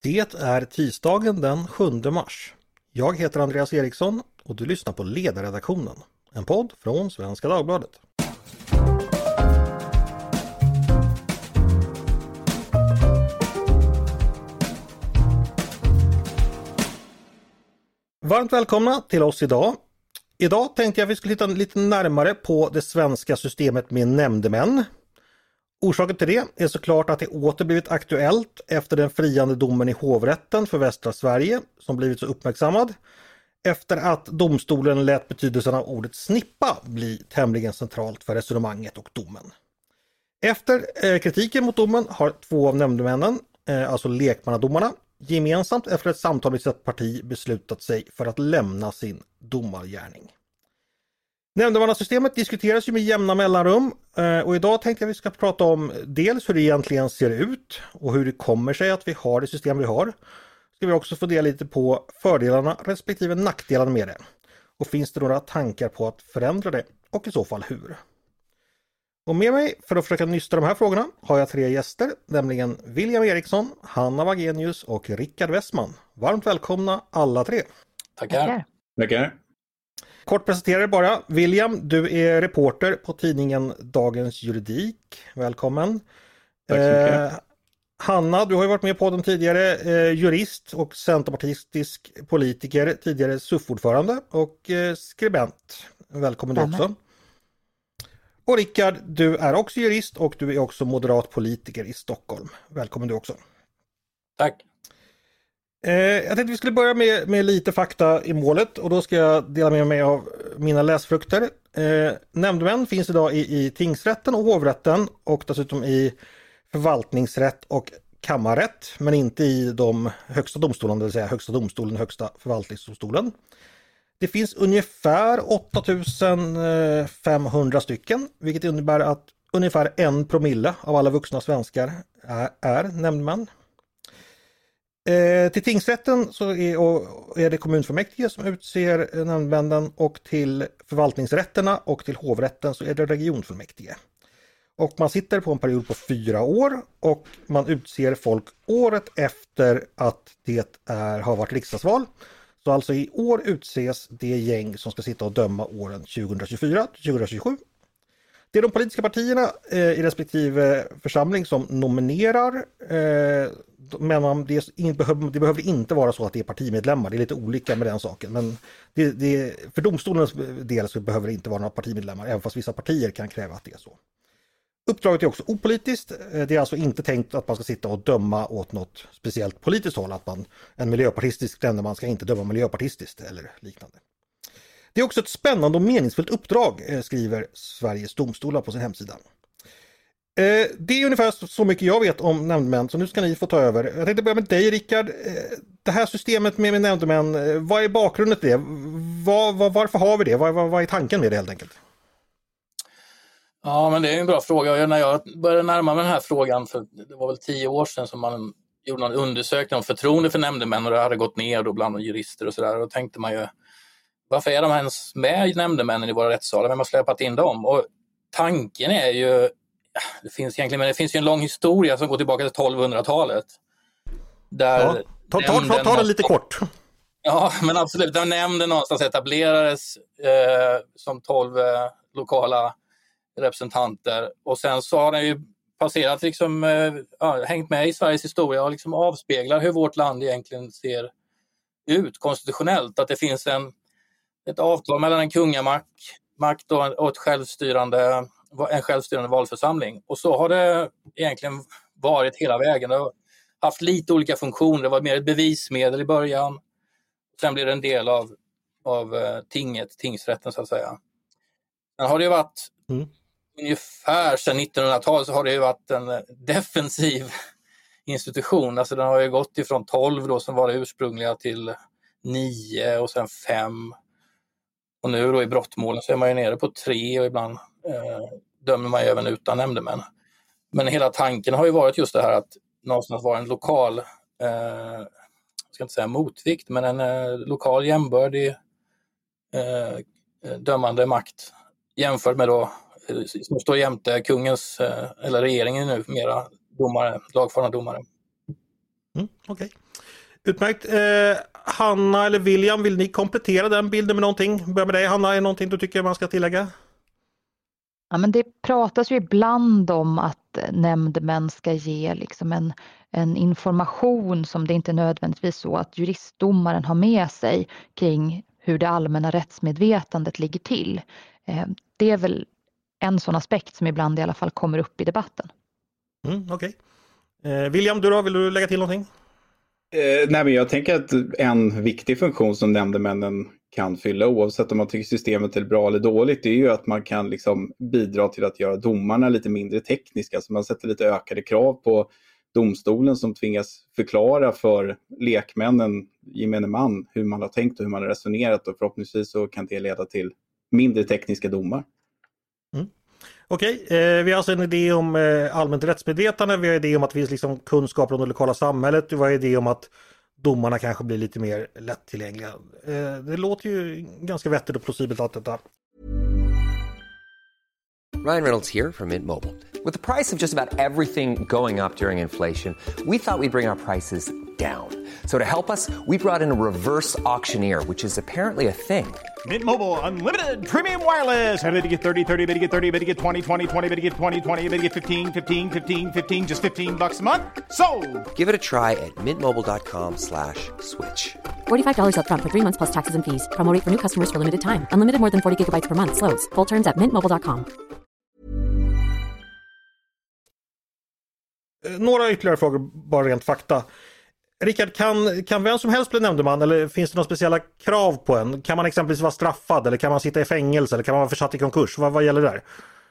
Det är tisdagen den 7 mars. Jag heter Andreas Eriksson och du lyssnar på Ledarredaktionen, en podd från Svenska Dagbladet. Varmt välkomna till oss idag. Idag tänkte jag att vi skulle titta lite närmare på det svenska systemet med nämndemän. Orsaken till det är såklart att det åter blivit aktuellt efter den friande domen i hovrätten för västra Sverige som blivit så uppmärksammad. Efter att domstolen lät betydelsen av ordet snippa bli tämligen centralt för resonemanget och domen. Efter kritiken mot domen har två av nämndemännen, alltså lekmannadomarna, gemensamt efter ett samtal med sitt parti beslutat sig för att lämna sin domargärning. Nämndemannasystemet diskuteras ju med jämna mellanrum och idag tänkte jag att vi ska prata om dels hur det egentligen ser ut och hur det kommer sig att vi har det system vi har. Ska vi också fundera lite på fördelarna respektive nackdelarna med det. Och finns det några tankar på att förändra det och i så fall hur? Och med mig för att försöka nysta de här frågorna har jag tre gäster, nämligen William Eriksson, Hanna Wagenius och Rickard Westman. Varmt välkomna alla tre. Tackar. Tackar. Kort presenterar bara. William, du är reporter på tidningen Dagens Juridik. Välkommen. Tack så mycket. Hanna, du har ju varit med på den tidigare, jurist och centerpartistisk politiker, tidigare SUF-ordförande och skribent. Välkommen du också. Och Rickard, du är också jurist och du är också moderat politiker i Stockholm. Välkommen du också. Tack. Jag tänkte vi skulle börja med lite fakta i målet och då ska jag dela med mig av mina läsfrukter. Nämndemän finns idag i tingsrätten och hovrätten och dessutom i förvaltningsrätt och kammarrätt, men inte i de högsta domstolarna, det vill säga högsta domstolen, högsta förvaltningsdomstolen. Det finns ungefär 8500 stycken, vilket innebär att ungefär 1% av alla vuxna svenskar är nämndemän. Till tingsrätten så är det kommunfullmäktige som utser nämndemännen och till förvaltningsrätterna och till hovrätten så är det regionfullmäktige. Och man sitter på en period på 4 år och man utser folk året efter att det har varit riksdagsval. Så alltså i år utses det gäng som ska sitta och döma åren 2024 till 2027. Det är de politiska partierna i respektive församling som nominerar, men det behöver inte vara så att det är partimedlemmar. Det är lite olika med den saken. Men för domstolens del så behöver det inte vara några partimedlemmar, även fast vissa partier kan kräva att det är så. Uppdraget är också opolitiskt. Det är alltså inte tänkt att man ska sitta och döma åt något speciellt politiskt håll. Att en miljöpartistisk nämndeman ska inte döma miljöpartistiskt eller liknande. Det är också ett spännande och meningsfullt uppdrag, skriver Sveriges domstolar på sin hemsida. Det är ungefär så mycket jag vet om nämndemän, så nu ska ni få ta över. Jag tänkte börja med dig, Rickard. Det här systemet med nämndemän, vad är bakgrunden till det? Varför har vi det? Vad är tanken med det helt enkelt? Ja, men det är en bra fråga. När jag började närma mig den här frågan, för det var väl 10 år sedan som man gjorde en undersökning om förtroende för nämndemän och det hade gått ner då bland jurister och sådär. Då tänkte man ju, varför är de ens med nämndemännen i våra rättssalar? Vem har släpat in dem? Och tanken är ju, det finns ju en lång historia som går tillbaka till 1200-talet. Där ta det lite kort. Ja, men absolut. Där nämnden någonstans etablerades som 12 lokala representanter. Och sen så har den ju passerat, hängt med i Sveriges historia och liksom avspeglar hur vårt land egentligen ser ut konstitutionellt. Att det finns ett avtal mellan en kungamakt och en självstyrande valförsamling. Och så har det egentligen varit hela vägen. Det har haft lite olika funktioner. Det var mer ett bevismedel i början. Sen blir det en del av tingsrätten så att säga. Sen har det ju varit ungefär sedan 1900-talet så har det ju varit en defensiv institution. Alltså den har ju gått ifrån 12 då som var det ursprungliga till 9 och sen 5. Och nu då i brottmålen så är man ju nere på 3 och ibland dömer man ju även utan nämndemän. Men hela tanken har ju varit just det här att någonstans vara en lokal, jag ska inte säga motvikt, men en lokal jämbördig dömande makt jämfört med då som står jämte kungens eller regeringen nu mera domare, lagfarna domare. Okej. Utmärkt. Hanna eller William, vill ni komplettera den bilden med någonting? Börja med dig Hanna, är det någonting du tycker man ska tillägga? Ja, men det pratas ju ibland om att nämndemän ska ge liksom en information som det inte är nödvändigtvis så att juristdomaren har med sig kring hur det allmänna rättsmedvetandet ligger till. Det är väl en sån aspekt som ibland i alla fall kommer upp i debatten. Okej. William, du då? Vill du lägga till någonting? Nej, men jag tänker att en viktig funktion som nämndemännen kan fylla, oavsett om man tycker systemet är bra eller dåligt, det är ju att man kan liksom bidra till att göra domarna lite mindre tekniska. Så man sätter lite ökade krav på domstolen som tvingas förklara för lekmännen, gemene man, hur man har tänkt och hur man har resonerat, och förhoppningsvis så kan det leda till mindre tekniska domar. Okej, vi har alltså en idé om allmänt rättsmedvetande, vi har en idé om att vi har liksom kunskaper om det lokala samhället, vi har en idé om att domarna kanske blir lite mer lättillgängliga. Det låter ju ganska vettigt och plausibelt allt detta. Ryan Reynolds here from Mint Mobile. With the price of just about everything going up during inflation, we thought we'd bring our prices down. So to help us, we brought in a reverse auctioneer, which is apparently a thing. Mint Mobile Unlimited Premium Wireless. How to get 30, 30, bit to get 30, bit to get 20, 20, 20, bit to get 20, 20, bit to get 15, 15, 15, 15, just $15 a month? Sold! Give it a try at mintmobile.com/switch. $45 up front for 3 months plus taxes and fees. Promo rate for new customers for limited time. Unlimited more than 40 gigabytes per month. Slows full terms at mintmobile.com. Några ytterligare frågor, bara rent fakta. Rickard, kan vem som helst bli nämndeman, eller finns det några speciella krav på en? Kan man exempelvis vara straffad, eller kan man sitta i fängelse, eller kan man vara försatt i konkurs? Vad gäller där?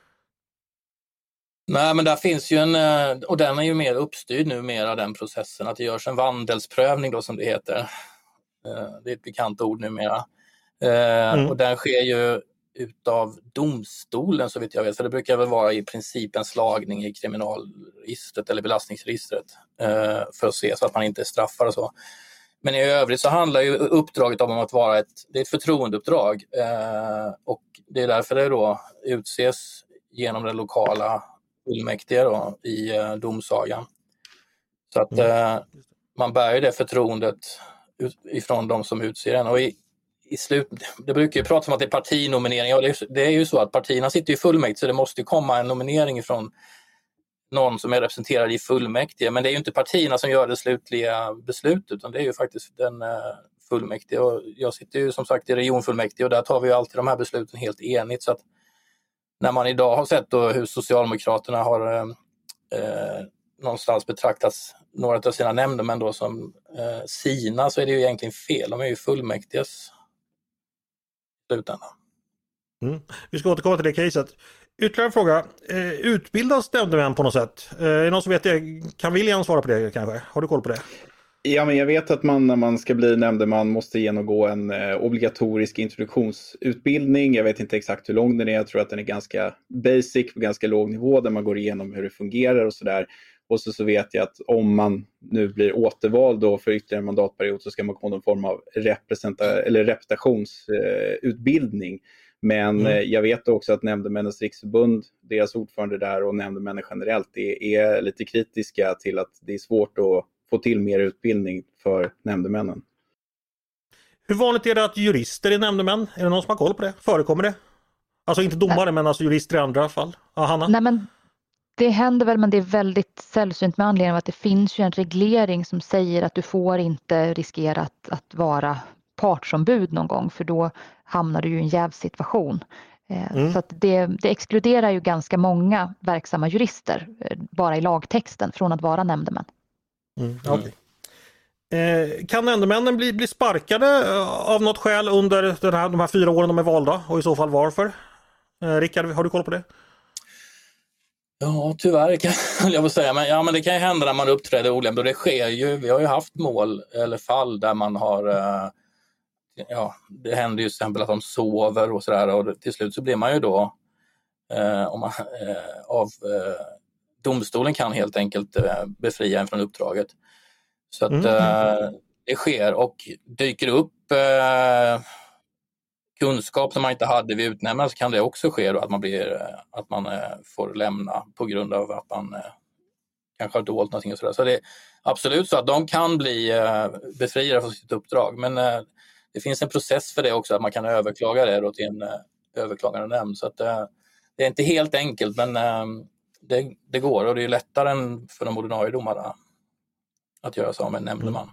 Nej, men där finns ju och den är ju mer uppstyrd numera, den processen, att det görs en vandelsprövning då, som det heter. Det är ett bekant ord numera. Och den sker ju utav domstolen, så vitt jag vet, för det brukar väl vara i princip en slagning i kriminalregistret eller belastningsregistret för att se så att man inte straffar och så. Men i övrigt så handlar ju uppdraget om att vara det är ett förtroendeuppdrag, och det är därför det då utses genom den lokala fullmäktige då, i domsagan. Så att man bär ju det förtroendet ifrån de som utser den, och det brukar ju prata om att det är partinominering, och det är ju så att partierna sitter i fullmäktige, så det måste ju komma en nominering från någon som är representerad i fullmäktige, men det är ju inte partierna som gör det slutliga beslutet, utan det är ju faktiskt den fullmäktige, och jag sitter ju som sagt i regionfullmäktige, och där tar vi ju alltid de här besluten helt enigt. Så att när man idag har sett då hur Socialdemokraterna har någonstans betraktats några av sina nämndemän då som sina, så är det ju egentligen fel. De är ju fullmäktiges slutändan. Vi ska återkomma till det caset. Ytterligare en fråga. Utbildas nämndemän på något sätt? Är det någon som vet det? Kan William svara på det kanske? Har du koll på det? Ja, men jag vet att man när man ska bli nämndeman måste genomgå en obligatorisk introduktionsutbildning. Jag vet inte exakt hur lång den är. Jag tror att den är ganska basic, på ganska låg nivå, där man går igenom hur det fungerar och sådär. Och så vet jag att om man nu blir återvald då för ytterligare en mandatperiod, så ska man gå någon form av representationsutbildning. Men jag vet också att Nämndemännens riksförbund, deras ordförande där och nämndemännen generellt är lite kritiska till att det är svårt att få till mer utbildning för nämndemännen. Hur vanligt är det att jurister är nämndemän? Är det någon som har koll på det? Förekommer det? Alltså inte domare, men alltså jurister i andra fall. Ja, Hanna? Nej, men det händer väl, men det är väldigt sällsynt med anledning av att det finns ju en reglering som säger att du får inte riskera att vara partsombud någon gång, för då hamnar du ju i en jävsituation. Så att det exkluderar ju ganska många verksamma jurister bara i lagtexten från att vara nämndemän. Okay. Kan nämndemännen bli sparkade av något skäl under de här 4 åren de är valda, och i så fall varför? Rickard, har du koll på det? Ja, tyvärr kan jag säga. Men det kan ju hända när man uppträder olämpligt, och det sker ju. Vi har ju haft mål eller fall där man har det händer ju till exempel att de sover och sådär, och till slut så blir man ju då domstolen kan helt enkelt befria en från uppdraget. Så att det sker, och dyker upp kunskap som man inte hade vid utnämnande, så kan det också ske då, att man får lämna på grund av att man kanske har dolt någonting och sådär. Så det är absolut så att de kan bli befriade från sitt uppdrag. Men det finns en process för det också, att man kan överklaga det då till en överklagande nämnd. Så att det är inte helt enkelt, men det går, och det är lättare än för de ordinarie domarna att göra så med en nämndeman.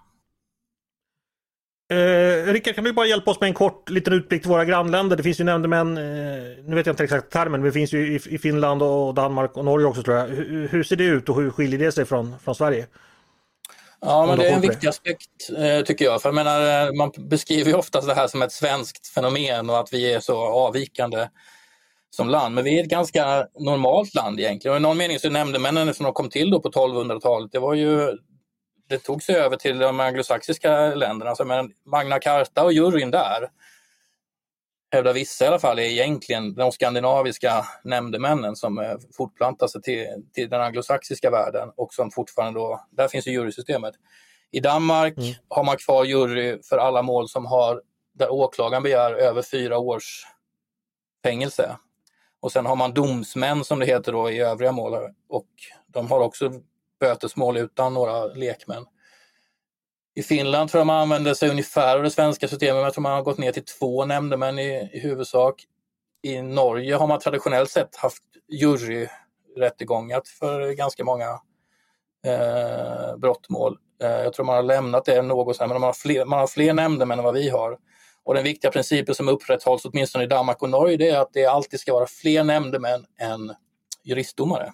Rickard, kan du bara hjälpa oss med en kort liten utblick till våra grannländer? Det finns ju nämndemän, nu vet jag inte exakt termen, men det finns ju i Finland och Danmark och Norge också, tror jag. Hur ser det ut och hur skiljer det sig från Sverige? Ja, men det är en viktig aspekt tycker jag. För jag menar, man beskriver ju oftast det här som ett svenskt fenomen och att vi är så avvikande som land. Men vi är ett ganska normalt land egentligen. Och i någon mening så nämndemännen som kom till då på 1200-talet, det tog sig över till de anglosaxiska länderna. Så men Magna Carta och juryn där, hävdar vissa i alla fall, är egentligen de skandinaviska nämndemännen som fortplantar sig till den anglosaxiska världen, och som fortfarande då, där finns ju jurysystemet. I Danmark har man kvar jury för alla mål där åklagaren begär över 4 års fängelse. Och sen har man domsmän som det heter då i övriga mål, och de har också bötesmål utan några lekmän. I Finland tror jag man använder sig ungefär av det svenska systemet, men jag tror man har gått ner till 2 nämndemän i huvudsak. I Norge har man traditionellt sett haft juryrättegångar för ganska många brottmål. Jag tror man har lämnat det något så här, men man har fler nämndemän än vad vi har. Och den viktiga principen som upprätthålls åtminstone i Danmark och Norge, det är att det alltid ska vara fler nämndemän än juristdomare.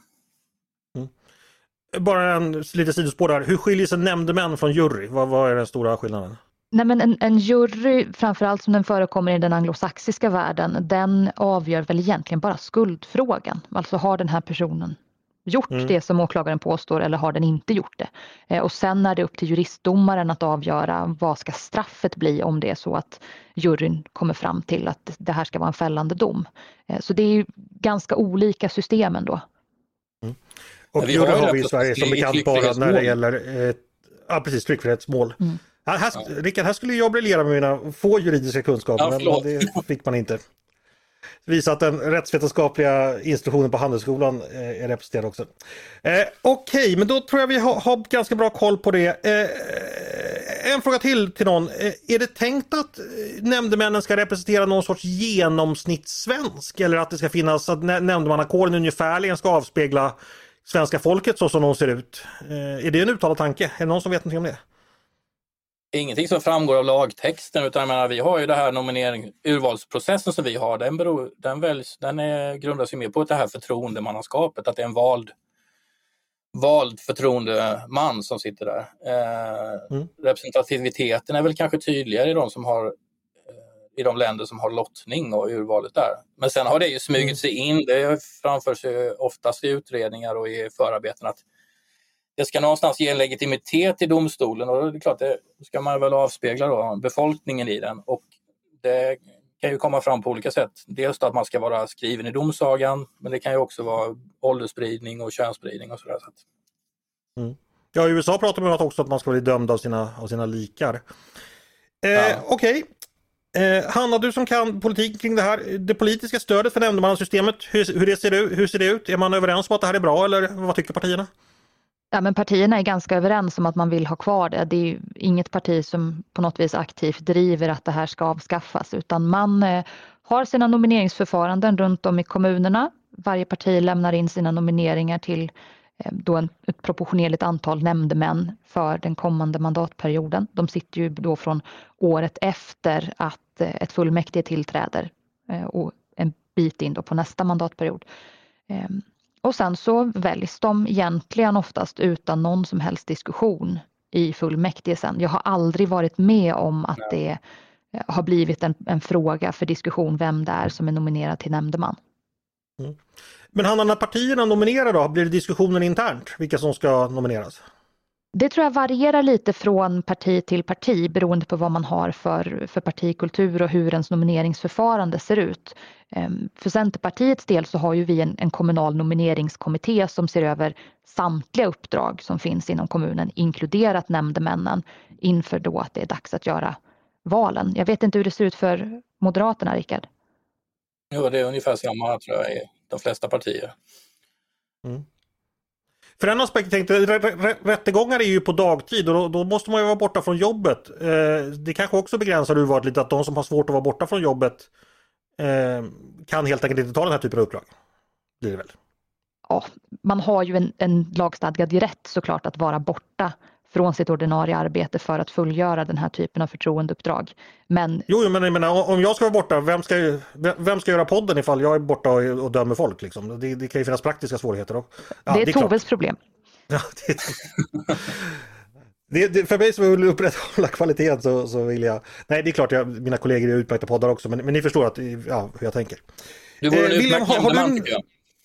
Bara en lite sidospår där. Hur skiljer sig nämndemän från jury? Vad är den stora skillnaden? Nej, men en jury, framförallt som den förekommer i den anglosaxiska världen, den avgör väl egentligen bara skuldfrågan. Alltså har den här personen gjort det som åklagaren påstår, eller har den inte gjort det? Och sen är det upp till juristdomaren att avgöra vad ska straffet bli om det är så att juryn kommer fram till att det här ska vara en fällande dom. Så det är ju ganska olika system ändå. Och jury har vi i Sverige som bekant bara när det gäller tryckfrihetsmål. Rickard, här skulle jag briljera med mina få juridiska kunskaper, men det fick man inte. Visa att den rättsvetenskapliga institutionen på Handelshögskolan är representerad också. Okej, men då tror jag vi har ganska bra koll på det. En fråga till någon. Är det tänkt att nämndemännen ska representera någon sorts genomsnittssvensk, eller att det ska finnas att nämndemannakåren ungefärligen ska avspegla svenska folket så som de ser ut? Är det en uttalad tanke? Är det någon som vet någonting om det? Ingenting som framgår av lagtexten, utan jag menar, vi har ju det här urvalsprocessen som vi har, den grundar sig mer på det här förtroendemannaskapet, att det är en vald förtroendeman som sitter där. Representativiteten är väl kanske tydligare i de länder som har lottning och urvalet där. Men sen har det ju smugit sig in, det framförs ju oftast i utredningar och i förarbeten, att det ska någonstans ge en legitimitet i domstolen, och det är klart, det ska man väl avspegla då, befolkningen i den, och det kan ju komma fram på olika sätt. Dels då att man ska vara skriven i domsagan, men det kan ju också vara åldersspridning och könsspridning och sådär. Ja, i USA pratar man också att man ska bli dömd av sina likar. Okej. Hanna, du som kan politik kring det här, det politiska stödet för nämndemannasystemet, hur ser det ut? Är man överens om att det här är bra, eller vad tycker partierna? Ja, men partierna är ganska överens om att man vill ha kvar det. Det är ju inget parti som på något vis aktivt driver att det här ska avskaffas, utan man har sina nomineringsförfaranden runt om i kommunerna. Varje parti lämnar in sina nomineringar till då ett proportionerligt antal nämndemän för den kommande mandatperioden. De sitter ju då från året efter att ett fullmäktige tillträder och en bit in då på nästa mandatperiod. Och sen så väljs de egentligen oftast utan någon som helst diskussion i fullmäktige sen. Jag har aldrig varit med om att det har blivit en fråga för diskussion vem det är som är nominerad till nämndeman. Men Hanna, när partierna nominerar då, blir det diskussionen internt vilka som ska nomineras? Det tror jag varierar lite från parti till parti beroende på vad man har för partikultur och hur ens nomineringsförfarande ser ut. För Centerpartiets del så har ju vi en kommunal nomineringskommitté som ser över samtliga uppdrag som finns inom kommunen, inkluderat nämndemännen, inför då att det är dags att göra valen. Jag vet inte hur det ser ut för Moderaterna, Rickard. Jo, det är ungefär samma tror jag i de flesta partier. För en aspekt tänkte rättegångar är ju på dagtid och då måste man ju vara borta från jobbet. Det kanske också begränsar urvalet lite, att de som har svårt att vara borta från jobbet kan helt enkelt inte ta den här typen av uppdrag. Blir det väl? Ja, man har ju en lagstadgad rätt såklart att vara borta från sitt ordinarie arbete för att fullgöra den här typen av förtroendeuppdrag. Men men jag menar, om jag ska vara borta, vem ska göra podden ifall jag är borta och dömer folk? Liksom? Det kan ju finnas praktiska svårigheter. Det är Toves problem. Ja, för mig som vill upprätthålla kvaliteten så vill jag... Nej, det är klart, mina kollegor är utmärkta poddar också, men ni förstår hur jag tänker. Du vore en utmärkt nämndeman, tycker jag.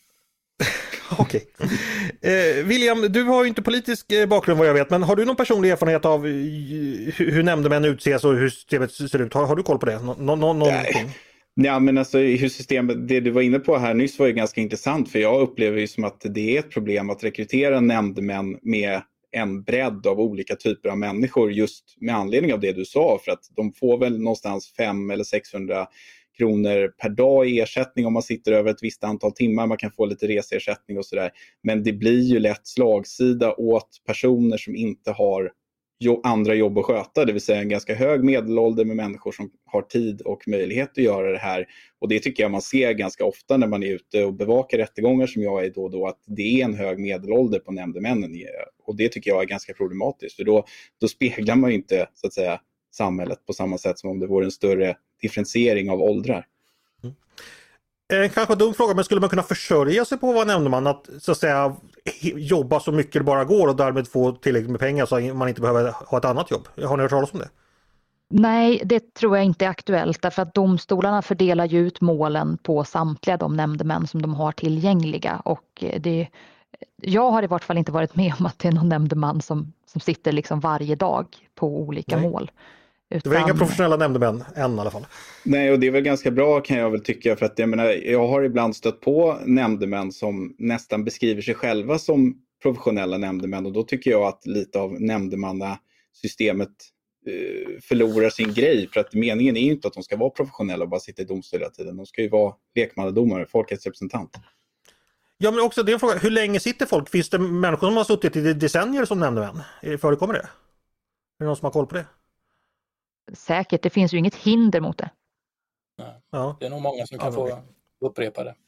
Okej. William, du har ju inte politisk bakgrund vad jag vet, men har du någon personlig erfarenhet av hur nämndemän utses och hur systemet ser ut? Har du koll på det? Någonting? Ja, men alltså hur systemet, det du var inne på här nyss var ju ganska intressant, för jag upplever ju som att det är ett problem att rekrytera nämndemän med en bredd av olika typer av människor, just med anledning av det du sa, för att de får väl någonstans 500 eller 600 kronor per dag i ersättning om man sitter över ett visst antal timmar. Man kan få lite reseersättning och sådär. Men det blir ju lätt slagsida åt personer som inte har andra jobb att sköta. Det vill säga en ganska hög medelålder med människor som har tid och möjlighet att göra det här. Och det tycker jag man ser ganska ofta när man är ute och bevakar rättegångar, som jag är då och då, att det är en hög medelålder på nämndemännen. Och det tycker jag är ganska problematiskt. För då speglar man ju inte, så att säga, samhället på samma sätt som om det vore en större differentiering av åldrar. Kanske en dum fråga, men skulle man kunna försörja sig på att vara nämndeman, att så att säga jobba så mycket det bara går och därmed få tillräckligt med pengar så att man inte behöver ha ett annat jobb? Har ni hört talas om det? Nej, det tror jag inte är aktuellt, därför att domstolarna fördelar ju ut målen på samtliga de nämndemän som de har tillgängliga, och jag har i vart fall inte varit med om att det är någon nämndeman som sitter liksom varje dag på olika mål. Det var inga professionella nämndemän än i alla fall. Nej, och det är väl ganska bra, kan jag väl tycka, för att jag har ibland stött på nämndemän som nästan beskriver sig själva som professionella nämndemän, och då tycker jag att lite av nämndemannasystemet förlorar sin grej, för att meningen är ju inte att de ska vara professionella och bara sitta i domstol hela tiden. De ska ju vara lekmannadomare, folkets representant. Ja, men också det är en fråga, hur länge sitter folk? Finns det människor som har suttit i decennier som nämndemän? Förekommer det? Är det någon som har koll på det? Säkert, det finns ju inget hinder mot det. Nej. Ja. Det är nog många som kan få upprepa det.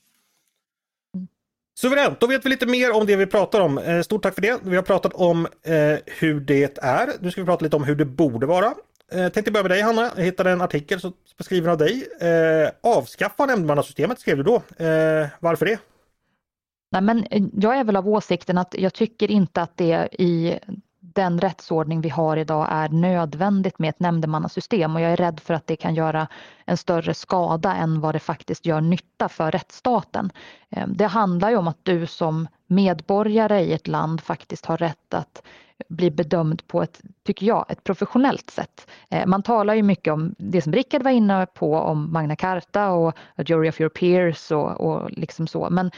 Suveränt, då vet vi lite mer om det vi pratar om. Stort tack för det. Vi har pratat om hur det är. Nu ska vi prata lite om hur det borde vara. Tänkte börja med dig, Hanna. Jag hittade en artikel beskriven av dig. Avskaffa nämndemannasystemet, skrev du då. Varför det? Nej, men jag är väl av åsikten att jag tycker inte att det i den rättsordning vi har idag är nödvändigt med ett nämndemannasystem, och jag är rädd för att det kan göra en större skada än vad det faktiskt gör nytta för rättsstaten. Det handlar ju om att du som medborgare i ett land faktiskt har rätt att bli bedömd på ett, tycker jag, ett professionellt sätt. Man talar ju mycket om det som Rickard var inne på, om Magna Carta och a jury of your peers och liksom så, men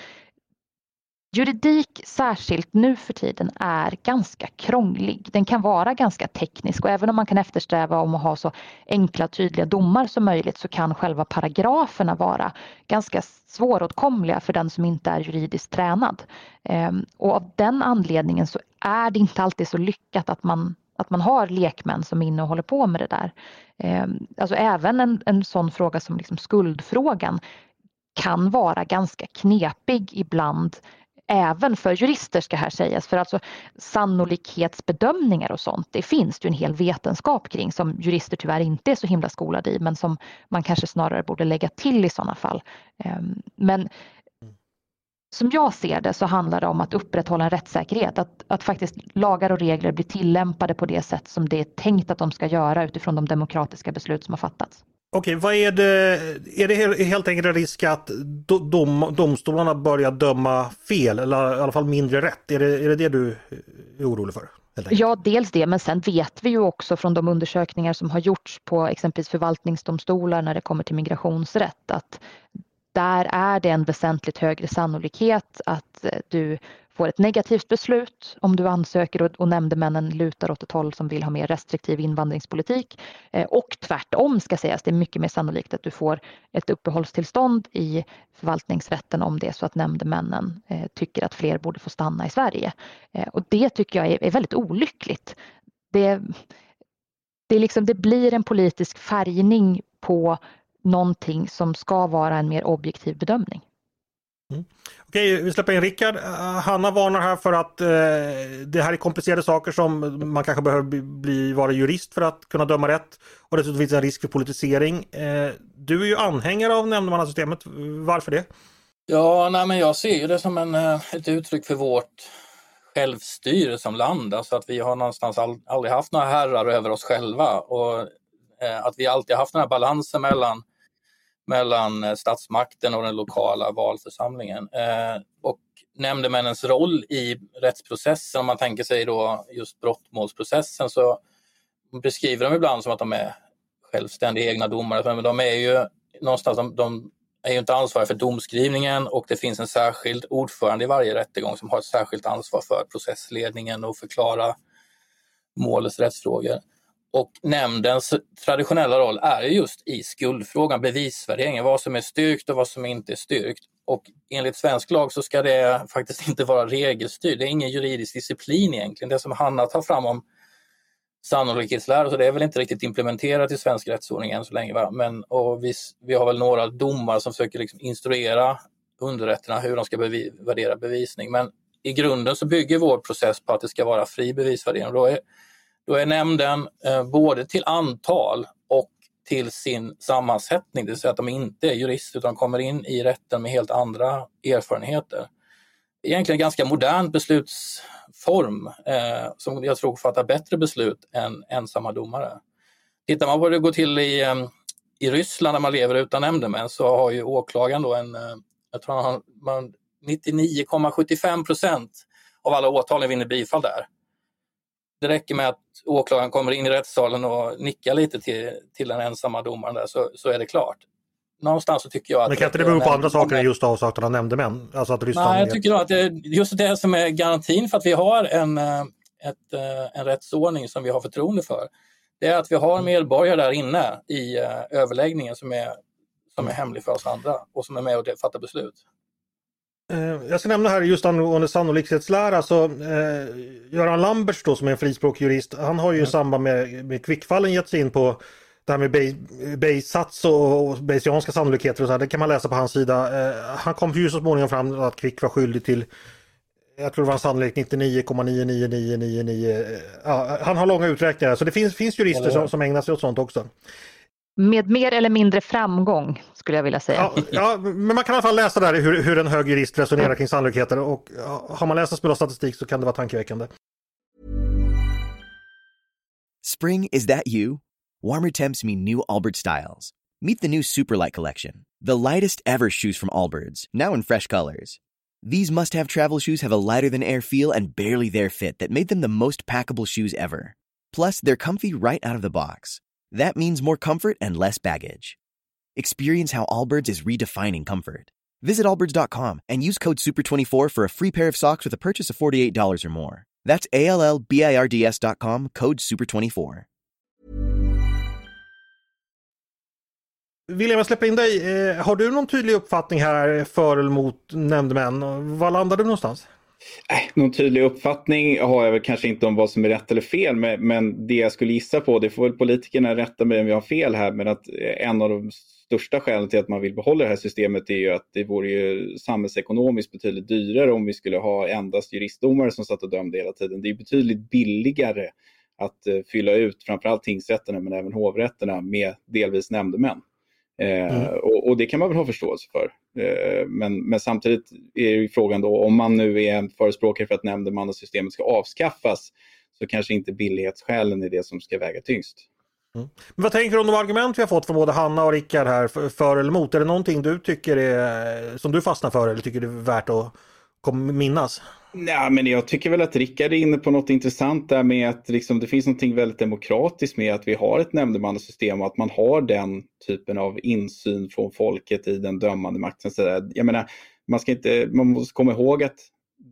juridik, särskilt nu för tiden, är ganska krånglig. Den kan vara ganska teknisk, och även om man kan eftersträva om att ha så enkla, tydliga domar som möjligt, så kan själva paragraferna vara ganska svåråtkomliga för den som inte är juridiskt tränad. Och av den anledningen så är det inte alltid så lyckat att man har lekmän som är inne och håller på med det där. Alltså även en sån fråga som liksom skuldfrågan kan vara ganska knepig ibland, även för jurister, ska här sägas, för alltså sannolikhetsbedömningar och sånt, det finns ju en hel vetenskap kring som jurister tyvärr inte är så himla skolade i, men som man kanske snarare borde lägga till i sådana fall. Men som jag ser det så handlar det om att upprätthålla en rättssäkerhet, att faktiskt lagar och regler blir tillämpade på det sätt som det är tänkt att de ska göra utifrån de demokratiska beslut som har fattats. Okej, vad är det helt enkelt en risk att domstolarna börjar döma fel, eller i alla fall mindre rätt? Är det du är orolig för? Ja, dels det, men sen vet vi ju också från de undersökningar som har gjorts på exempelvis förvaltningsdomstolar när det kommer till migrationsrätt, att där är det en väsentligt högre sannolikhet att du får ett negativt beslut om du ansöker och nämndemännen lutar åt ett håll som vill ha mer restriktiv invandringspolitik. Och tvärtom ska sägas, det är mycket mer sannolikt att du får ett uppehållstillstånd i förvaltningsrätten om det är så att nämndemännen tycker att fler borde få stanna i Sverige. Och det tycker jag är väldigt olyckligt. Det blir en politisk färgning på någonting som ska vara en mer objektiv bedömning. Okej, vi släpper in Rickard. Hanna varnar här för att det här är komplicerade saker som man kanske behöver vara jurist för att kunna döma rätt. Och dessutom finns det en risk för politisering. Du är ju anhängare av nämndemannasystemet. Varför det? Ja, men jag ser ju det som ett uttryck för vårt självstyre som land. Alltså att vi har någonstans aldrig haft några herrar över oss själva. Och att vi alltid haft den här balansen mellan statsmakten och den lokala valförsamlingen. Och nämndemännens roll i rättsprocessen, om man tänker sig då just brottmålsprocessen, så beskriver de ibland som att de är självständiga egna domare. Men de är ju någonstans, de är ju inte ansvariga för domskrivningen, och det finns en särskild ordförande i varje rättegång som har ett särskilt ansvar för processledningen och förklara målets rättsfrågor. Och nämndens traditionella roll är just i skuldfrågan, bevisvärderingen, vad som är styrkt och vad som inte är styrkt. Och enligt svensk lag så ska det faktiskt inte vara regelstyrt. Det är ingen juridisk disciplin egentligen. Det som Hanna tar fram om sannolikhetslära, så det är väl inte riktigt implementerat i svensk rättsordning än så länge. Va? Vi har väl några domar som försöker liksom instruera underrätterna hur de ska värdera bevisning. Men i grunden så bygger vår process på att det ska vara fri bevisvärdering. Då är nämnden både till antal och till sin sammansättning, det vill säga att de inte är jurister utan kommer in i rätten med helt andra erfarenheter. Egentligen en ganska modern beslutsform som jag tror fattar bättre beslut än ensamma domare. Tittar man på hur det går till i Ryssland när man lever utan nämndemän, så har ju åklagaren då jag tror 99,75% av alla åtalen vinner bifall där. Det räcker med att åklagaren kommer in i rättssalen och nickar lite till den ensamma domaren där, så är det klart. Någonstans så tycker jag att... Men kan inte det bero på andra saker än just avsaknad av nämndemän? Alltså att Nej, jag tycker att just det som är garantin för att vi har en rättsordning som vi har förtroende för, det är att vi har medborgare där inne i överläggningen som är hemlig för oss andra och som är med och fattar beslut. Jag ska nämna här just angående sannolikhetslära, så Göran Lamberts då, som är en frispråkig jurist, han har ju i samband med Quickfallen gett sig in på det här med Bayes-sats och Bayesianska sannolikheter och så här. Det kan man läsa på hans sida. Han kom ju så småningom fram att Quick var skyldig till, jag tror det var en sannolik 99,99999. Ja, han har långa uträkningar, så det finns jurister som ägnar sig åt sånt också. Med mer eller mindre framgång skulle jag vilja säga. Ja, men man kan i alla fall läsa där hur en hög jurist resonerar kring sannolikheter, och har man läst en smula statistik så kan det vara tankeväckande. Spring, is that you? Warmer temps mean new Allbirds styles. Meet the new Superlight collection, the lightest ever shoes from Allbirds, now in fresh colors. These must-have travel shoes have a lighter-than-air feel and barely there fit that made them the most packable shoes ever. Plus, they're comfy right out of the box. That means more comfort and less baggage. Experience how Allbirds is redefining comfort. Visit allbirds.com and use code SUPER24 for a free pair of socks with a purchase of $48 or more. That's ALLBIRDS.com, code SUPER24. William, jag släpper in dig. Har du någon tydlig uppfattning här för eller mot nämndemän? Var landar du någonstans? Någon tydlig uppfattning har jag väl kanske inte om vad som är rätt eller fel, men det jag skulle gissa på, det får väl politikerna rätta mig om jag har fel här, men att en av de största skälen till att man vill behålla det här systemet är ju att det vore ju samhällsekonomiskt betydligt dyrare om vi skulle ha endast juristdomare som satt och dömde hela tiden. Det är betydligt billigare att fylla ut framförallt tingsrätterna men även hovrätterna med delvis nämndemän. Och det kan man väl ha förståelse för. Men samtidigt är ju frågan då, om man nu är en förespråkare för att nämndemannasystemet ska avskaffas, så kanske inte billighetsskälen är det som ska väga tyngst. Men vad tänker du om de argument vi har fått från både Hanna och Rickard här för eller emot? Är det någonting du tycker är, som du fastnar för, eller tycker det är värt att minnas? Nej, men jag tycker väl att Rickard är inne på något intressant där med att liksom, det finns något väldigt demokratiskt med att vi har ett nämndemannasystem och att man har den typen av insyn från folket i den dömande makten. Så jag menar, man måste komma ihåg att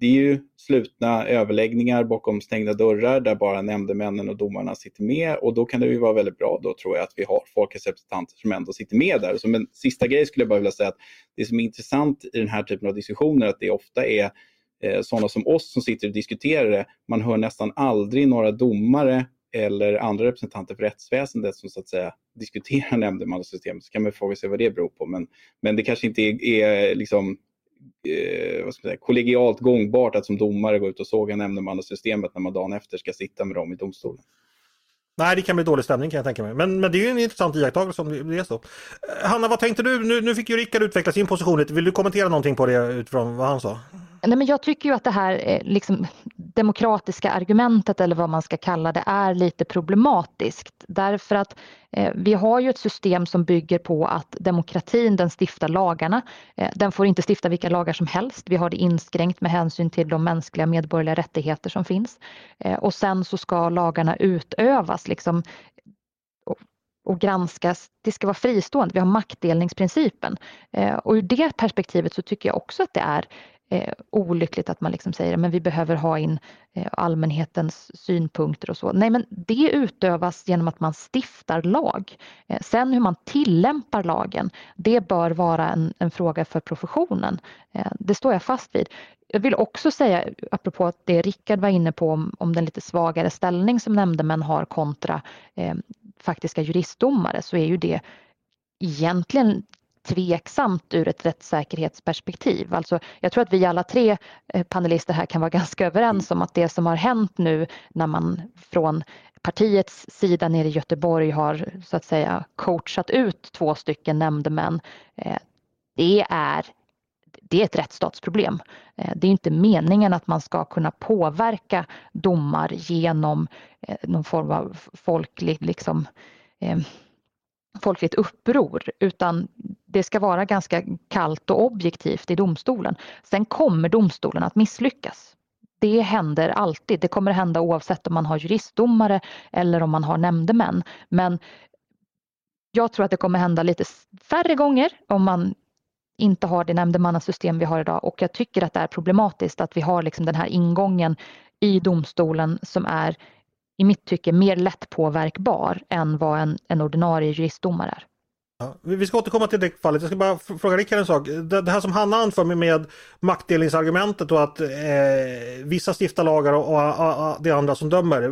det är ju slutna överläggningar bakom stängda dörrar där bara nämndemännen och domarna sitter med, och då kan det ju vara väldigt bra då, tror jag, att vi har folkets representanter som ändå sitter med där. Som en sista grej skulle jag bara vilja säga att det som är intressant i den här typen av diskussioner, att det ofta är sådana som oss som sitter och diskuterar det. Man hör nästan aldrig några domare eller andra representanter för rättsväsendet som så att säga diskuterar nämndemannasystemet. Så kan man fråga sig vad det beror på. Men det kanske inte är liksom, vad ska man säga, kollegialt gångbart att som domare gå ut och såga nämndemannasystemet när man dagen efter ska sitta med dem i domstolen. Nej, det kan bli dålig stämning kan jag tänka mig. Men det är ju en intressant iakttagelse om det är så. Hanna, vad tänkte du? Nu fick ju Rickard utveckla sin position lite. Vill du kommentera någonting på det utifrån vad han sa? Nej, men jag tycker ju att det här liksom, demokratiska argumentet eller vad man ska kalla det är lite problematiskt. Därför att vi har ju ett system som bygger på att demokratin, den stiftar lagarna. Den får inte stifta vilka lagar som helst. Vi har det inskränkt med hänsyn till de mänskliga medborgerliga rättigheter som finns. Och sen så ska lagarna utövas liksom, och granskas. Det ska vara fristående. Vi har maktdelningsprincipen. Och ur det perspektivet så tycker jag också att det är olyckligt att man liksom säger men vi behöver ha in allmänhetens synpunkter och så. Nej, men det utövas genom att man stiftar lag. Sen hur man tillämpar lagen, det bör vara en fråga för professionen. Det står jag fast vid. Jag vill också säga, apropå att det Rickard var inne på om den lite svagare ställning som nämndemän har kontra faktiska juristdomare, så är ju det egentligen tveksamt ur ett rättssäkerhetsperspektiv. Alltså, jag tror att vi alla tre panelister här kan vara ganska överens om att det som har hänt nu när man från partiets sida nere i Göteborg har så att säga coachat ut 2 stycken nämndemän, det är ett rättsstatsproblem. Det är inte meningen att man ska kunna påverka domar genom någon form av folkligt uppror, utan det ska vara ganska kallt och objektivt i domstolen. Sen kommer domstolen att misslyckas. Det händer alltid. Det kommer hända oavsett om man har juristdomare eller om man har nämndemän. Men jag tror att det kommer hända lite färre gånger om man inte har det nämndemannasystem vi har idag, och jag tycker att det är problematiskt att vi har liksom den här ingången i domstolen som är i mitt tycke mer lätt påverkbar än vad en ordinarie juristdomare är. Ja, vi ska återkomma till det fallet. Jag ska bara fråga Rickard en sak. Det här som Hanna anför med maktdelningsargumentet och att vissa stiftar lagar och det är andra som dömer.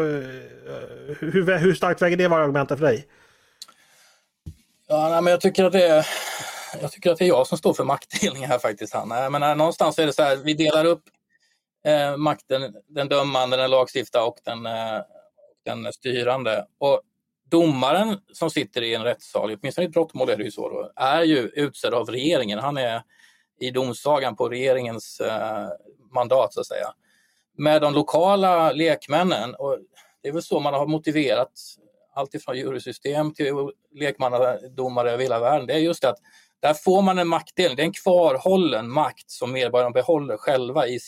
Hur starkt väger det vara argumentet för dig? Ja, nej, men jag tycker att det är jag som står för maktdelning här faktiskt, Hanna. Jag menar, någonstans är det så här, vi delar upp makten, den dömande, den lagstiftande och den styrande. Och domaren som sitter i en rättssal, åtminstone i ett brottmål är det ju så då, är ju utsedd av regeringen. Han är i domsagan på regeringens mandat så att säga. Med de lokala lekmännen, och det är väl så man har motiverat allt ifrån jurysystem till lekmannadomare över hela världen. Det är just det att där får man en maktdelning. Det är en kvarhållen makt som medborgarna behåller själva i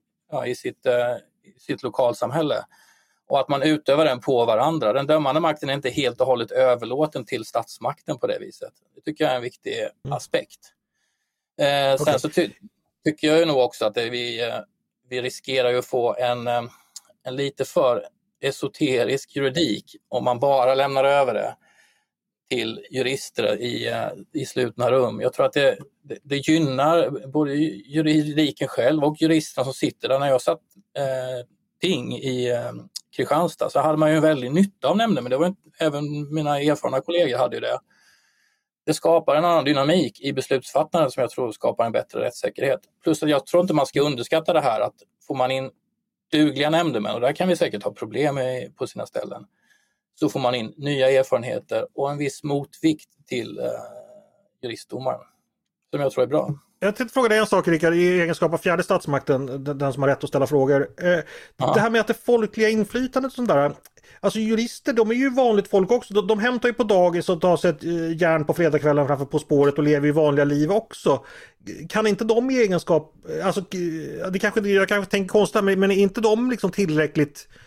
sitt lokalsamhälle. Och att man utövar den på varandra. Den dömande makten är inte helt och hållet överlåten till statsmakten på det viset. Det tycker jag är en viktig aspekt. Sen så tycker jag ju nog också att vi riskerar ju att få en lite för esoterisk juridik om man bara lämnar över det till jurister i slutna rum. Jag tror att det gynnar både juridiken själv och juristerna som sitter där. När jag satt ting i Kristianstad så hade man ju en väldig nytta av nämnden, men det var även mina erfarna kollegor hade ju det. Det skapar en annan dynamik i beslutsfattandet som jag tror skapar en bättre rättssäkerhet. Plus att jag tror inte man ska underskatta det här att får man in dugliga nämndemän, och där kan vi säkert ha problem på sina ställen, så får man in nya erfarenheter och en viss motvikt till juristdomaren som jag tror är bra. Jag tänkte fråga dig en sak, Rickard, i egenskap av fjärde statsmakten, den som har rätt att ställa frågor. Det här med att det folkliga inflytandet och sånt där, alltså jurister, de är ju vanligt folk också. De hämtar ju på dagis och tar sig ett järn på fredagskvällen framför På spåret och lever i vanliga liv också. Kan inte de i egenskap, alltså jag kanske tänker konstigt, men är inte de liksom tillräckligt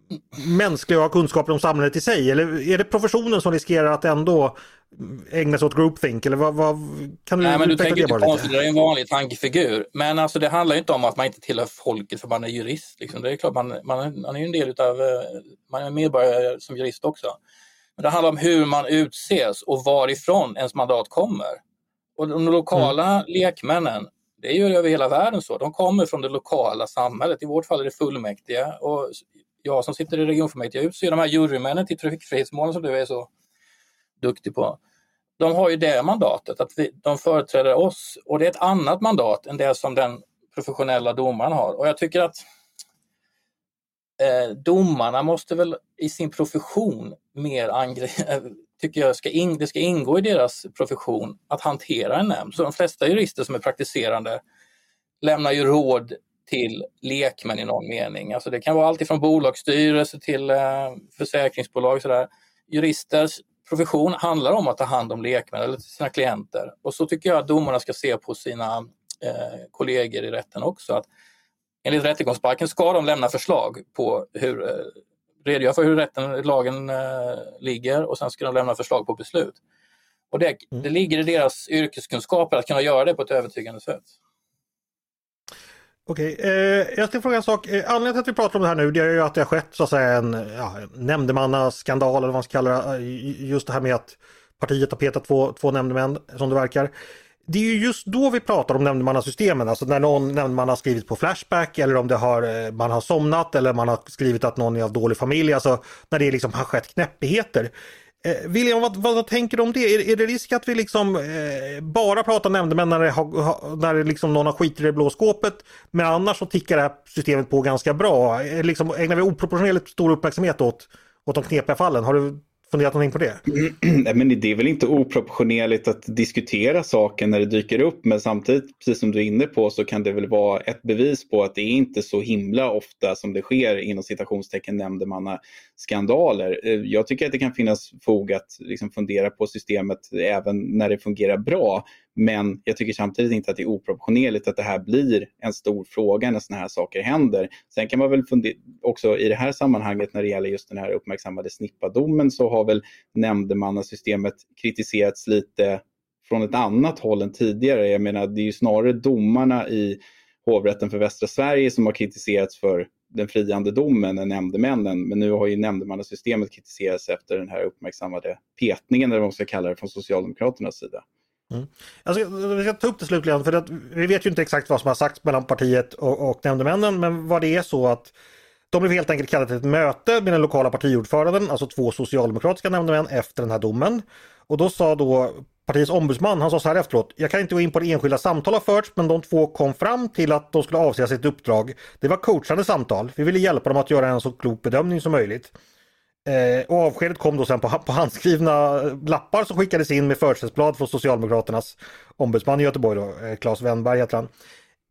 mänskliga kunskaper om samhället i sig? Eller är det professionen som riskerar att ändå ägna sig åt groupthink? Eller vad kan du Nej, men du utveckla tänker det inte bara konstigt, det är en vanlig tankefigur. Men alltså det handlar ju inte om att man inte tillhör folket för man är jurist. Liksom. Det är klart, man är ju en del utav, man är medborgare som jurist också. Men det handlar om hur man utses och varifrån ens mandat kommer. Och de lokala lekmännen, det är ju över hela världen så. De kommer från det lokala samhället. I vårt fall är det fullmäktige. Och jag som sitter i regionfullmäktige utser de här jurymännen till trafikfrihetsmålen som du är så duktig på. De har ju det mandatet, att de företräder oss. Och det är ett annat mandat än det som den professionella domaren har. Och jag tycker att domarna måste väl i sin profession mer tycker jag det ska ingå i deras profession att hantera en nämnd. Så de flesta jurister som är praktiserande lämnar ju råd till lekmän i någon mening. Alltså det kan vara allt ifrån bolagsstyrelse till försäkringsbolag. Sådär. Juristers profession handlar om att ta hand om lekmän eller sina klienter. Och så tycker jag att domarna ska se på sina kollegor i rätten också. Att enligt rättegångsbalken ska de lämna förslag på redogöra för hur lagen ligger och sen ska de lämna förslag på beslut. Och det ligger i deras yrkeskunskaper att kunna göra det på ett övertygande sätt. Okej, jag ska fråga en sak. Anledningen till att vi pratar om det här nu, det är ju att det har skett så att säga en nämndemannaskandal eller vad man ska kalla det. Just det här med att partiet har petat två nämndemän som det verkar. Det är ju just då vi pratar om nämndemannasystemen, alltså när någon nämndeman har skrivit på Flashback eller om man har somnat eller man har skrivit att någon är av dålig familj, alltså när det liksom har skett knäppigheter. William, vad tänker du om det? Är det risk att vi liksom bara pratar nämndemän när det liksom någon har skit i det blå skåpet, men annars så tickar det här systemet på ganska bra? Liksom, ägnar vi oproportionerligt stor uppmärksamhet åt de knepiga fallen? Har du funderat någonting på det? Nej, men det är väl inte oproportionerligt att diskutera saken när det dyker upp, men samtidigt, precis som du är inne på, så kan det väl vara ett bevis på att det är inte så himla ofta som det sker inom citationstecken nämndemannaskandaler. Jag tycker att det kan finnas fog att liksom fundera på systemet även när det fungerar bra, men jag tycker samtidigt inte att det är oproportionerligt att det här blir en stor fråga när såna här saker händer. Sen kan man väl också i det här sammanhanget när det gäller just den här uppmärksammade snippadomen, så har väl nämndemannasystemet kritiserats lite från ett annat håll än tidigare. Jag menar, det är ju snarare domarna i hovrätten för Västra Sverige som har kritiserats för den friande domen än nämndemännen. Men nu har ju nämndemannasystemet kritiserats efter den här uppmärksammade petningen, eller vad man ska kalla det, från Socialdemokraternas sida. Alltså, vi ska ta upp det slutligen, för att vi vet ju inte exakt vad som har sagts mellan partiet och nämndemännen, men vad det är så att de blev helt enkelt kallade till ett möte med den lokala partiordföranden, alltså 2 socialdemokratiska nämndemän efter den här domen. Och då sa partiets ombudsman, han sa så här efteråt: jag kan inte gå in på det enskilda samtal har förts, men de 2 kom fram till att de skulle avsäga sitt uppdrag. Det var coachande samtal. Vi ville hjälpa dem att göra en så klok bedömning som möjligt. Och avskedet kom då sen på handskrivna lappar som skickades in med försättsblad från Socialdemokraternas ombudsman i Göteborg då, Claes Wennberg heter han.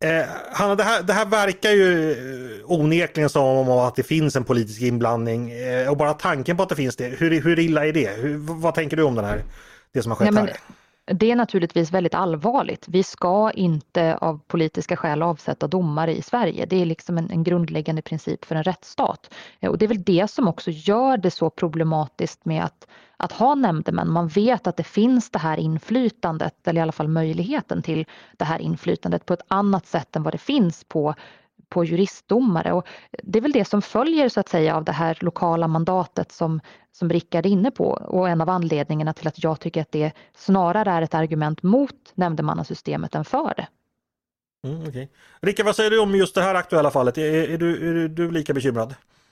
Det här verkar ju onekligen som att det finns en politisk inblandning, och bara tanken på att det finns det, hur illa är det? Vad tänker du om det som har skett här? Det är naturligtvis väldigt allvarligt. Vi ska inte av politiska skäl avsätta domare i Sverige. Det är liksom en grundläggande princip för en rättsstat. Och det är väl det som också gör det så problematiskt med att ha nämndemän. Man vet att det finns det här inflytandet, eller i alla fall möjligheten till det här inflytandet på ett annat sätt än vad det finns på juristdomare. Och det är väl det som följer så att säga av det här lokala mandatet som Rickard är inne på, och en av anledningarna till att jag tycker att det snarare är ett argument mot nämndemannasystemet än för det. Okay. Rickard, vad säger du om just det här aktuella fallet? Är du lika bekymrad?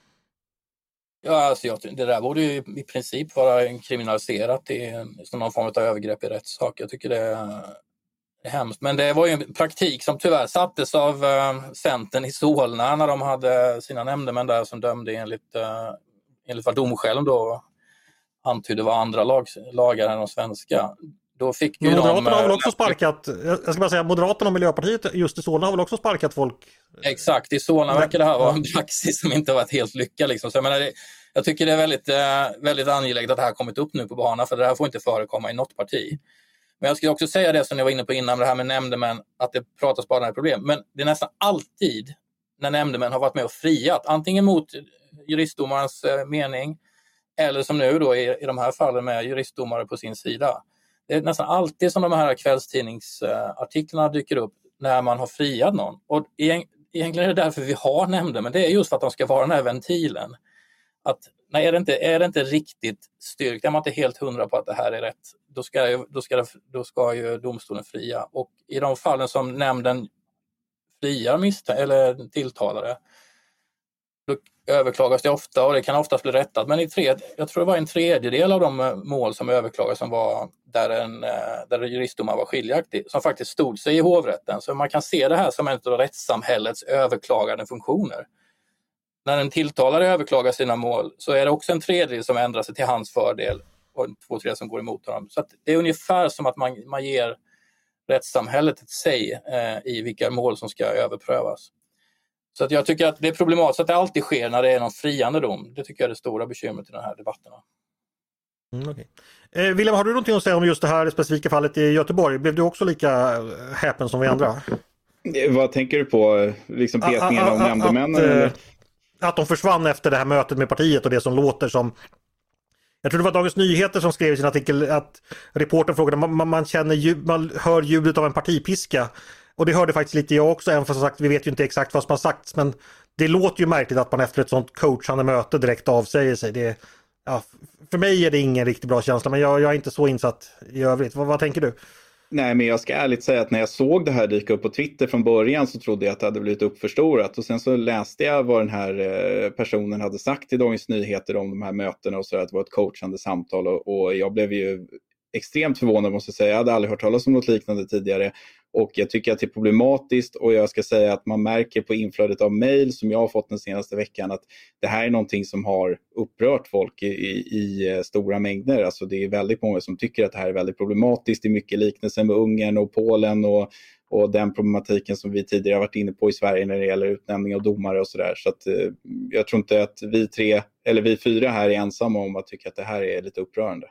Ja, alltså det där borde ju i princip vara kriminaliserat som någon form av övergrepp i rättssak. Jag tycker det är hemskt. Men det var ju en praktik som tyvärr sattes av Centern i Solna när de hade sina nämndemän där som dömde enligt vad domskälen då antydde var andra lagar än de svenska. Då fick ju Moderaterna har väl också sparkat, jag ska bara säga, Moderaterna och Miljöpartiet just i Solna har väl också sparkat folk? Exakt, i Solna verkar det här vara en praxis som inte har varit helt lyckad. Liksom. Så jag tycker det är väldigt, väldigt angeläget att det här har kommit upp nu på banan, för det här får inte förekomma i något parti. Men jag skulle också säga det som jag var inne på innan, det här med nämndemän, att det pratas bara om problem. Men det är nästan alltid när nämndemän har varit med och friat, antingen mot juristdomarens mening, eller som nu då i de här fallen med juristdomare på sin sida. Det är nästan alltid som de här kvällstidningsartiklarna dyker upp när man har friat någon. Och egentligen är det därför vi har nämnder, men det är just för att de ska vara den här ventilen. Att nej, är det inte riktigt styrkt, är man inte helt 100 på att det här är rätt, då ska ju domstolen fria. Och i de fallen som nämnden friar eller tilltalare, då överklagas det ofta och det kan oftast bli rättat. Men jag tror det var en tredjedel av de mål som överklagas som var där juristdomaren var skiljaktig, som faktiskt stod sig i hovrätten. Så man kan se det här som en av rättssamhällets överklagande funktioner. När en tilltalare överklagar sina mål så är det också en tredjedel som ändrar sig till hans fördel och 2/3 som går emot honom. Så att det är ungefär som att man ger rättssamhället ett säg i vilka mål som ska överprövas. Så att jag tycker att det är problematiskt att det alltid sker när det är någon friande dom. Det tycker jag är det stora bekymret i den här debatten. Okay. William, har du någonting att säga om just det här specifika fallet i Göteborg? Blev du också lika häpen som vi andra? Vad tänker du på? Liksom petningen av nämndemännen? Att de försvann efter det här mötet med partiet och det som låter som... Jag tror det var Dagens Nyheter som skrev i sin artikel att reportern frågade, man hör ljudet av en partipiska. Och det hörde faktiskt lite jag också, även för som sagt, vi vet ju inte exakt vad som har sagts, men det låter ju märkligt att man efter ett sånt coachande möte direkt avsäger sig. För mig är det ingen riktigt bra känsla, men jag är inte så insatt i övrigt. Vad tänker du? Nej, men jag ska ärligt säga att när jag såg det här dyka upp på Twitter från början så trodde jag att det hade blivit uppförstorat. Och sen så läste jag vad den här personen hade sagt i Dagens Nyheter om de här mötena och så, att det var ett coachande samtal. Och jag blev ju extremt förvånad, måste jag säga. Jag hade aldrig hört talas om något liknande tidigare. Och jag tycker att det är problematiskt, och jag ska säga att man märker på inflödet av mejl som jag har fått den senaste veckan att det här är någonting som har upprört folk i stora mängder. Alltså det är väldigt många som tycker att det här är väldigt problematiskt. Det är mycket liknelser med Ungern och Polen och den problematiken som vi tidigare har varit inne på i Sverige när det gäller utnämning av domare och sådär. Så att jag tror inte att vi 4 här är ensamma om att tycka att det här är lite upprörande.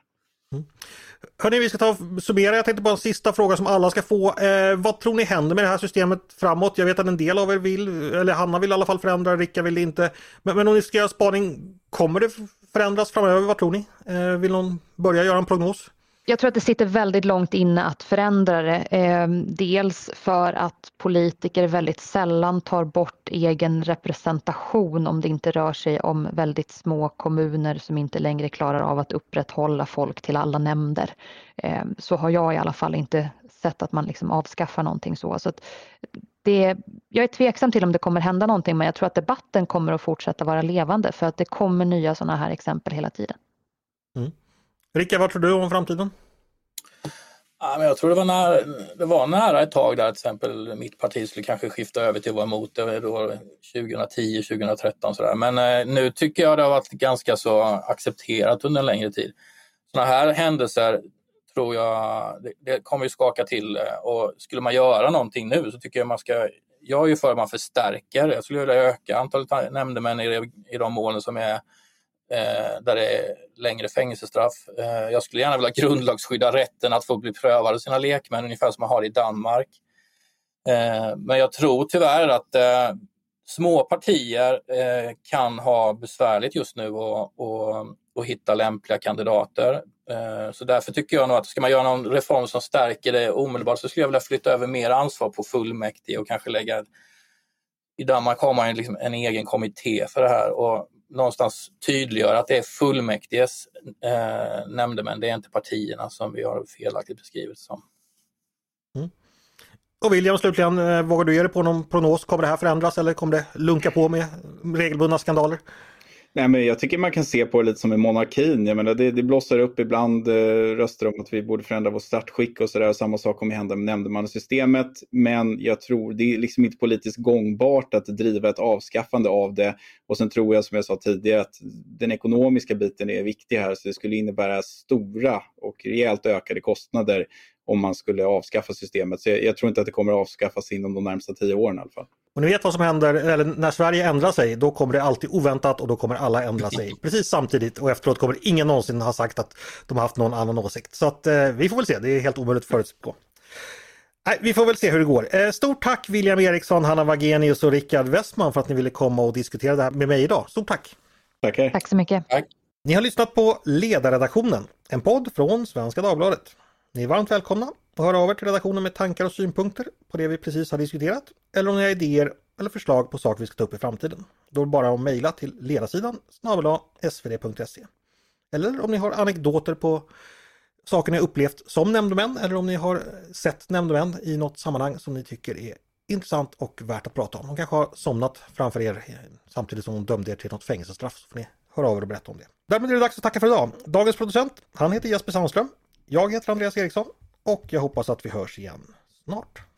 Hörrni, vi ska ta och summera. Jag tänkte bara en sista fråga som alla ska få. Vad tror ni händer med det här systemet framåt? Jag vet att en del av er vill, eller Hanna vill i alla fall förändra, Rickard vill inte. Men om ni ska göra spaning, kommer det förändras framöver? Vad tror ni? Vill någon börja göra en prognos? Jag tror att det sitter väldigt långt inne att förändra det. Dels för att politiker väldigt sällan tar bort egen representation om det inte rör sig om väldigt små kommuner som inte längre klarar av att upprätthålla folk till alla nämnder. Så har jag i alla fall inte sett att man liksom avskaffar någonting så. Så att jag är tveksam till om det kommer hända någonting, men jag tror att debatten kommer att fortsätta vara levande för att det kommer nya sådana här exempel hela tiden. Rickard, vad tror du om framtiden? Ja, men jag tror det var nära ett tag där till exempel mitt parti skulle kanske skifta över till att vara emot det då 2010, 2013 sådär. Men nu tycker jag det har varit ganska så accepterat under en längre tid. Sådana här händelser tror jag det kommer ju skaka till, och skulle man göra någonting nu så tycker jag är ju för att man förstärker. Jag skulle vilja öka antalet nämndemän i de målen som är där det är längre fängelsestraff. Jag skulle gärna vilja grundlagsskydda rätten att få bli prövade sina lekmän, ungefär som man har i Danmark. Men jag tror tyvärr att små partier kan ha besvärligt just nu och hitta lämpliga kandidater. Så därför tycker jag nog att ska man göra någon reform som stärker det omedelbart, så skulle jag vilja flytta över mer ansvar på fullmäktige och kanske i Danmark har man liksom en egen kommitté för det här och någonstans tydliggöra att det är fullmäktiges nämndemän, det är inte partierna som vi har felaktigt beskrivit som. Och William, slutligen, vågar du ge dig på någon prognos? Kommer det här förändras eller kommer det lunka på med regelbundna skandaler? Nej, men jag tycker man kan se på det lite som i monarkin. Jag menar, det blossar upp ibland röster om att vi borde förändra vårt statsskick och sådär. Samma sak kommer hända med nämndemannasystemet. Men jag tror det är liksom inte politiskt gångbart att driva ett avskaffande av det. Och sen tror jag, som jag sa tidigare, att den ekonomiska biten är viktig här. Så det skulle innebära stora och rejält ökade kostnader om man skulle avskaffa systemet. Så jag tror inte att det kommer att avskaffas inom de närmsta 10 åren i alla fall. Och ni vet vad som händer, eller när Sverige ändrar sig, då kommer det alltid oväntat och då kommer alla ändra sig precis samtidigt, och efteråt kommer ingen någonsin ha sagt att de har haft någon annan åsikt. Så att vi får väl se, det är helt omöjligt att förutspå. Nej, vi får väl se hur det går. Stort tack William Eriksson, Hanna Wagenius och Rickard Westman för att ni ville komma och diskutera det här med mig idag. Stort tack! Tackar. Tack så mycket. Tack. Ni har lyssnat på Ledarredaktionen, en podd från Svenska Dagbladet. Ni är varmt välkomna att höra av er till redaktionen med tankar och synpunkter på det vi precis har diskuterat, eller om ni har idéer eller förslag på saker vi ska ta upp i framtiden. Då är det bara att mejla till ledarsidan @svd.se. Eller om ni har anekdoter på saker ni har upplevt som nämndemän, eller om ni har sett nämndemän i något sammanhang som ni tycker är intressant och värt att prata om. De kanske har somnat framför er samtidigt som de dömde er till något fängelsestraff, så får ni höra av er och berätta om det. Därmed är det dags att tacka för idag. Dagens producent, han heter Jesper Sandström. Jag heter Andreas Eriksson och jag hoppas att vi hörs igen snart.